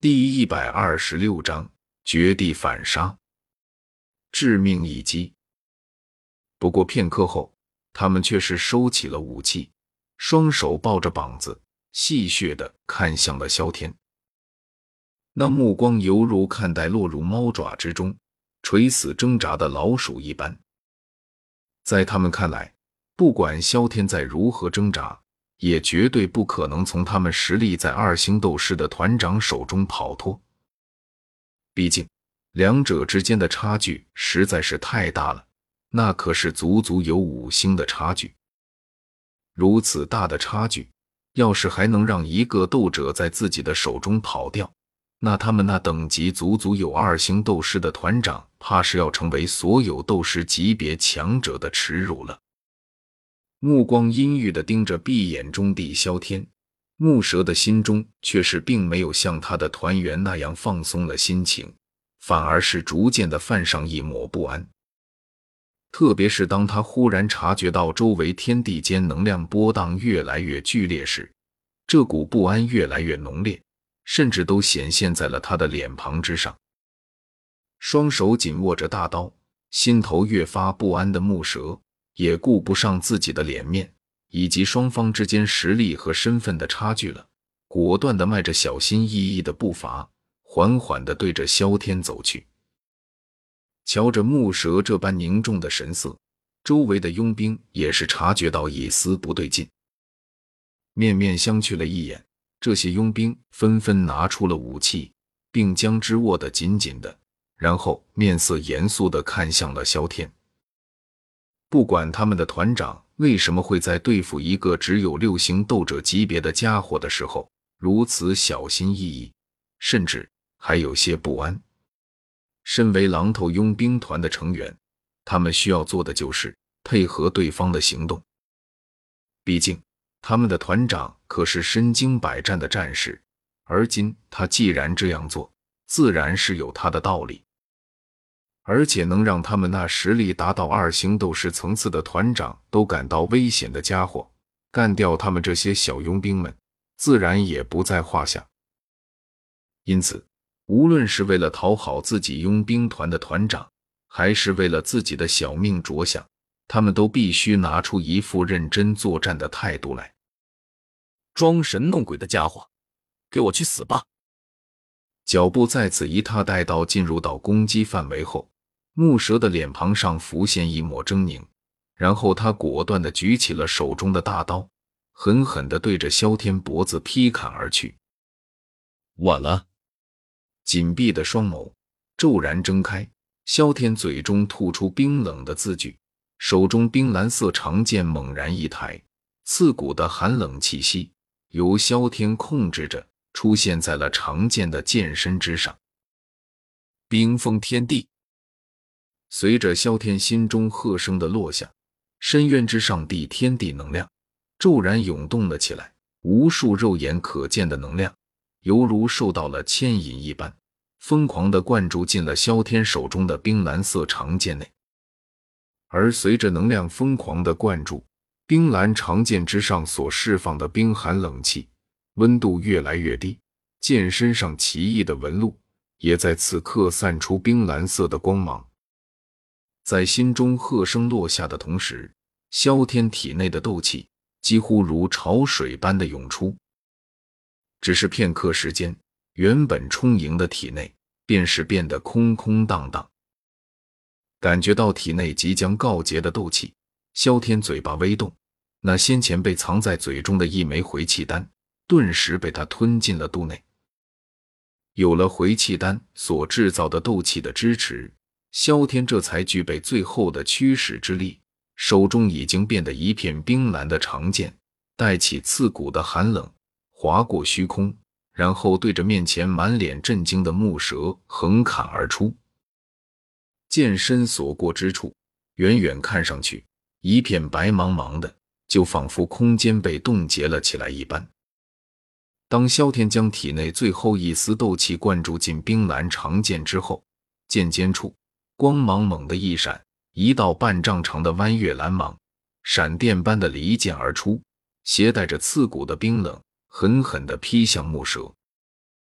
第126章绝地反杀，致命一击。不过片刻后，他们却是收起了武器，双手抱着膀子，戏谑地看向了萧天。那目光犹如看待落入猫爪之中、垂死挣扎的老鼠一般。在他们看来，不管萧天再如何挣扎，也绝对不可能从他们实力在2星斗士的团长手中跑脱。毕竟，两者之间的差距实在是太大了，那可是足足有5星的差距。如此大的差距，要是还能让一个斗者在自己的手中跑掉，那他们那等级足足有2星斗士的团长，怕是要成为所有斗士级别强者的耻辱了。目光阴郁地盯着闭眼中的萧天，木蛇的心中却是并没有像他的团员那样放松了心情，反而是逐渐地泛上一抹不安。特别是当他忽然察觉到周围天地间能量波荡越来越剧烈时，这股不安越来越浓烈，甚至都显现在了他的脸庞之上。双手紧握着大刀，心头越发不安的木蛇也顾不上自己的脸面以及双方之间实力和身份的差距了，果断地迈着小心翼翼的步伐，缓缓地对着萧天走去。瞧着木蛇这般凝重的神色，周围的佣兵也是察觉到一丝不对劲，面面相觑了一眼，这些佣兵纷纷拿出了武器，并将之握得紧紧的，然后面色严肃地看向了萧天。不管他们的团长为什么会在对付一个只有6星斗者级别的家伙的时候如此小心翼翼，甚至还有些不安。身为狼头佣兵团的成员，他们需要做的就是配合对方的行动。毕竟他们的团长可是身经百战的战士，而今他既然这样做，自然是有他的道理。而且能让他们那实力达到2星斗士层次的团长都感到危险的家伙，干掉他们这些小佣兵们，自然也不在话下。因此，无论是为了讨好自己佣兵团的团长，还是为了自己的小命着想，他们都必须拿出一副认真作战的态度来。 装神弄鬼的家伙，给我去死吧！ 脚步再次一踏带到进入到攻击范围后，木蛇的脸庞上浮现一抹狰狞，然后他果断地举起了手中的大刀，狠狠地对着萧天脖子劈砍而去。 晚了。 紧闭的双眸骤然睁开，萧天嘴中吐出冰冷的字句，手中冰蓝色长剑猛然一抬，刺骨的寒冷气息由萧天控制着出现在了长剑的剑身之上。 冰封天地。 随着萧天心中喝声的落下，深渊之上的天地能量骤然涌动了起来，无数肉眼可见的能量犹如受到了牵引一般，疯狂地灌注进了萧天手中的冰蓝色长剑内。而随着能量疯狂的灌注，冰蓝长剑之上所释放的冰寒冷气温度越来越低，剑身上奇异的纹路也在此刻散出冰蓝色的光芒。在心中喝声落下的同时，萧天体内的斗气几乎如潮水般的涌出。只是片刻时间，原本充盈的体内便是变得空空荡荡。感觉到体内即将告竭的斗气，萧天嘴巴微动，那先前被藏在嘴中的一枚回气丹顿时被他吞进了肚内。有了回气丹所制造的斗气的支持，萧天这才具备最后的驱使之力，手中已经变得一片冰蓝的长剑带起刺骨的寒冷，划过虚空，然后对着面前满脸震惊的木蛇横砍而出。剑身所过之处，远远看上去一片白茫茫的，就仿佛空间被冻结了起来一般。当萧天将体内最后一丝斗气灌注进冰蓝长剑之后，剑尖处光芒猛地一闪，一道半丈长的弯月蓝芒闪电般的离剑而出，携带着刺骨的冰冷，狠狠地劈向木蛇。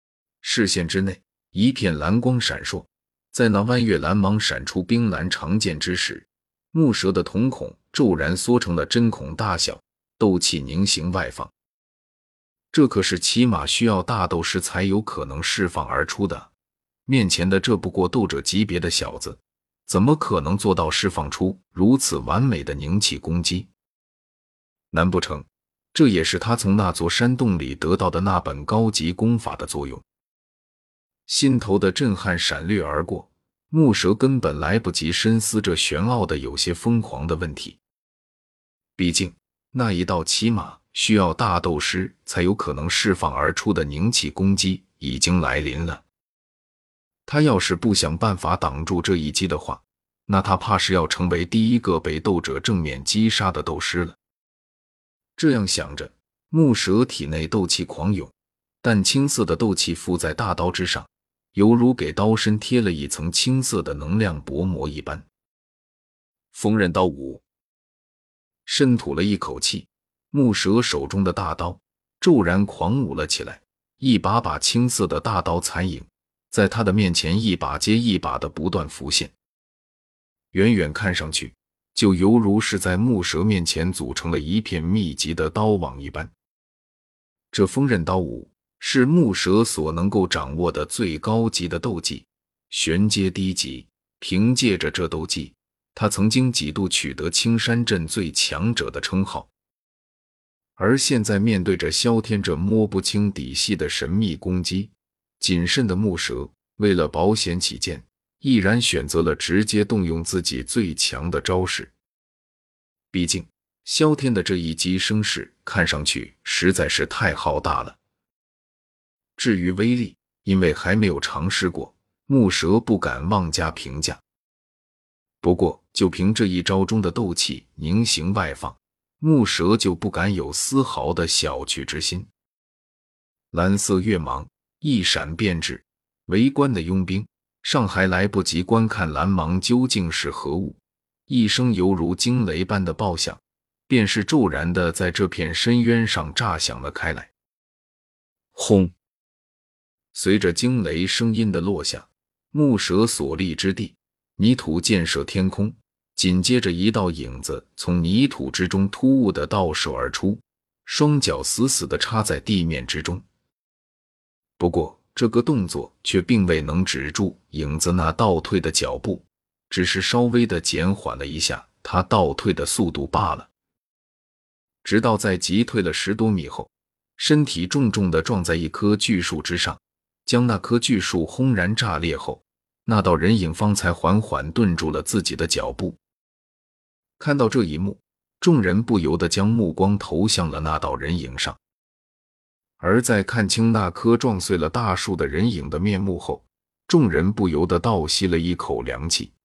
视线之内一片蓝光闪烁，在那弯月蓝芒闪出冰蓝长剑之时，木蛇的瞳孔骤然缩成了针孔大小，斗气凝形外放。这可是起码需要大斗师才有可能释放而出的，面前的这不过斗者级别的小子，怎么可能做到释放出如此完美的凝气攻击？难不成这也是他从那座山洞里得到的那本高级功法的作用？心头的震撼闪掠而过，木蛇根本来不及深思这玄奥的有些疯狂的问题。毕竟那一道起码需要大斗师才有可能释放而出的凝气攻击已经来临了。他要是不想办法挡住这一击的话，那他怕是要成为第一个被斗者正面击杀的斗师了。这样想着，木蛇体内斗气狂涌，淡青色的斗气附在大刀之上，犹如给刀身贴了一层青色的能量薄膜一般。 锋刃刀舞， 深吐了一口气，木蛇手中的大刀骤然狂舞了起来，一把把青色的大刀残影在他的面前一把接一把的不断浮现，远远看上去就犹如是在木蛇面前组成了一片密集的刀网一般。这锋刃刀舞是木蛇所能够掌握的最高级的斗技，玄阶低级，凭借着这斗技，他曾经几度取得青山镇最强者的称号。而现在面对着萧天这摸不清底细的神秘攻击，谨慎的木蛇为了保险起见，毅然选择了直接动用自己最强的招式。毕竟萧天的这一击声势看上去实在是太浩大了。至于威力，因为还没有尝试过，木蛇不敢妄加评价。不过就凭这一招中的斗气凝形外放，木蛇就不敢有丝毫的小觑之心。蓝色月芒一闪便至，围观的佣兵尚还来不及观看蓝芒究竟是何物，一声犹如惊雷般的爆响便是骤然的在这片深渊上炸响了开来。轰！随着惊雷声音的落下，木蛇所立之地泥土溅射天空，紧接着一道影子从泥土之中突兀地倒射而出，双脚死死地插在地面之中。不过这个动作却并未能止住影子那倒退的脚步，只是稍微地减缓了一下他倒退的速度罢了。直到在急退了10多米后，身体重重地撞在一棵巨树之上，将那棵巨树轰然炸裂后，那道人影方才缓缓顿住了自己的脚步。看到这一幕，众人不由得将目光投向了那道人影上。而在看清那棵撞碎了大树的人影的面目后，众人不由得倒吸了一口凉气。